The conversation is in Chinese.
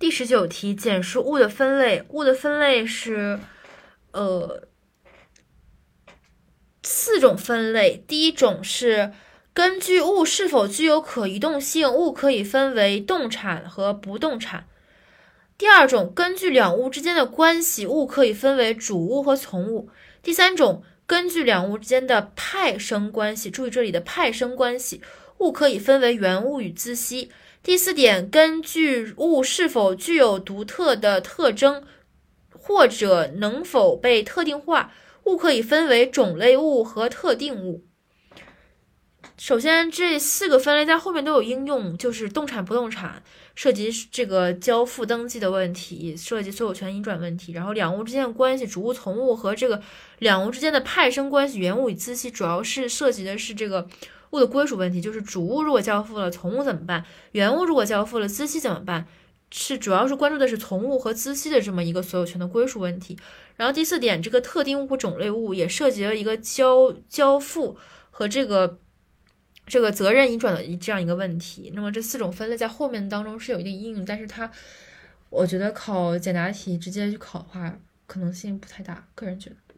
第19题，简述物的分类。物的分类是，4种分类。第一种是根据物是否具有可移动性，物可以分为动产和不动产。第二种，根据两物之间的关系，物可以分为主物和从物。第三种，根据两物之间的派生关系，注意这里的派生关系，物可以分为原物与孳息。第4点，根据物是否具有独特的特征，或者能否被特定化，物可以分为种类物和特定物。首先，这4个分类在后面都有应用，就是动产、不动产，涉及这个交付登记的问题，涉及所有权移转问题，然后两物之间的关系，主物、从物和这个两物之间的派生关系，原物与孳息，主要是涉及的是这个物的归属问题，就是主物如果交付了，从物怎么办？原物如果交付了，孳息怎么办？主要是关注的是从物和孳息的这么一个所有权的归属问题。然后第4点，这个特定物和种类物也涉及了一个交付和这个责任移转的这样一个问题。那么这4种分类在后面当中是有一定应用，但是我觉得考简答题直接去考的话，可能性不太大，个人觉得。